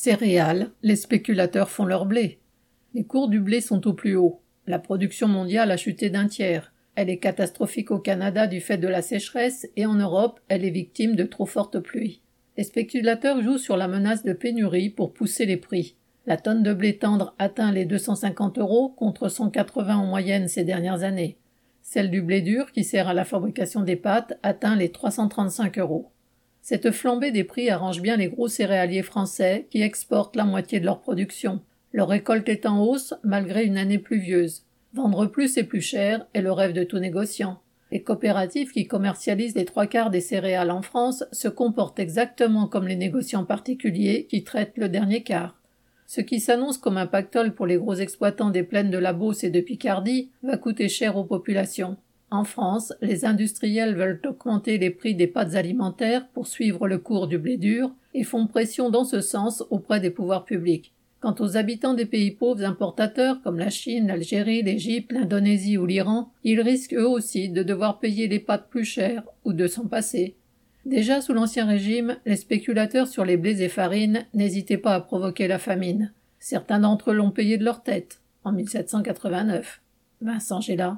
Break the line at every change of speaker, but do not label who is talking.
Céréales, les spéculateurs font leur blé. Les cours du blé sont au plus haut. La production mondiale a chuté d'un tiers. Elle est catastrophique au Canada du fait de la sécheresse et en Europe, elle est victime de trop fortes pluies. Les spéculateurs jouent sur la menace de pénurie pour pousser les prix. La tonne de blé tendre atteint les 250 € contre 180 en moyenne ces dernières années. Celle du blé dur, qui sert à la fabrication des pâtes, atteint les 335 €. Cette flambée des prix arrange bien les gros céréaliers français qui exportent la moitié de leur production. Leur récolte est en hausse malgré une année pluvieuse. Vendre plus et plus cher est le rêve de tout négociant. Les coopératives qui commercialisent les 3/4 des céréales en France se comportent exactement comme les négociants particuliers qui traitent le dernier quart. Ce qui s'annonce comme un pactole pour les gros exploitants des plaines de la Beauce et de Picardie va coûter cher aux populations. En France, les industriels veulent augmenter les prix des pâtes alimentaires pour suivre le cours du blé dur et font pression dans ce sens auprès des pouvoirs publics. Quant aux habitants des pays pauvres importateurs comme la Chine, l'Algérie, l'Égypte, l'Indonésie ou l'Iran, ils risquent eux aussi de devoir payer les pâtes plus chères ou de s'en passer. Déjà sous l'Ancien Régime, les spéculateurs sur les blés et farines n'hésitaient pas à provoquer la famine. Certains d'entre eux l'ont payé de leur tête, en 1789. Vincent Géla.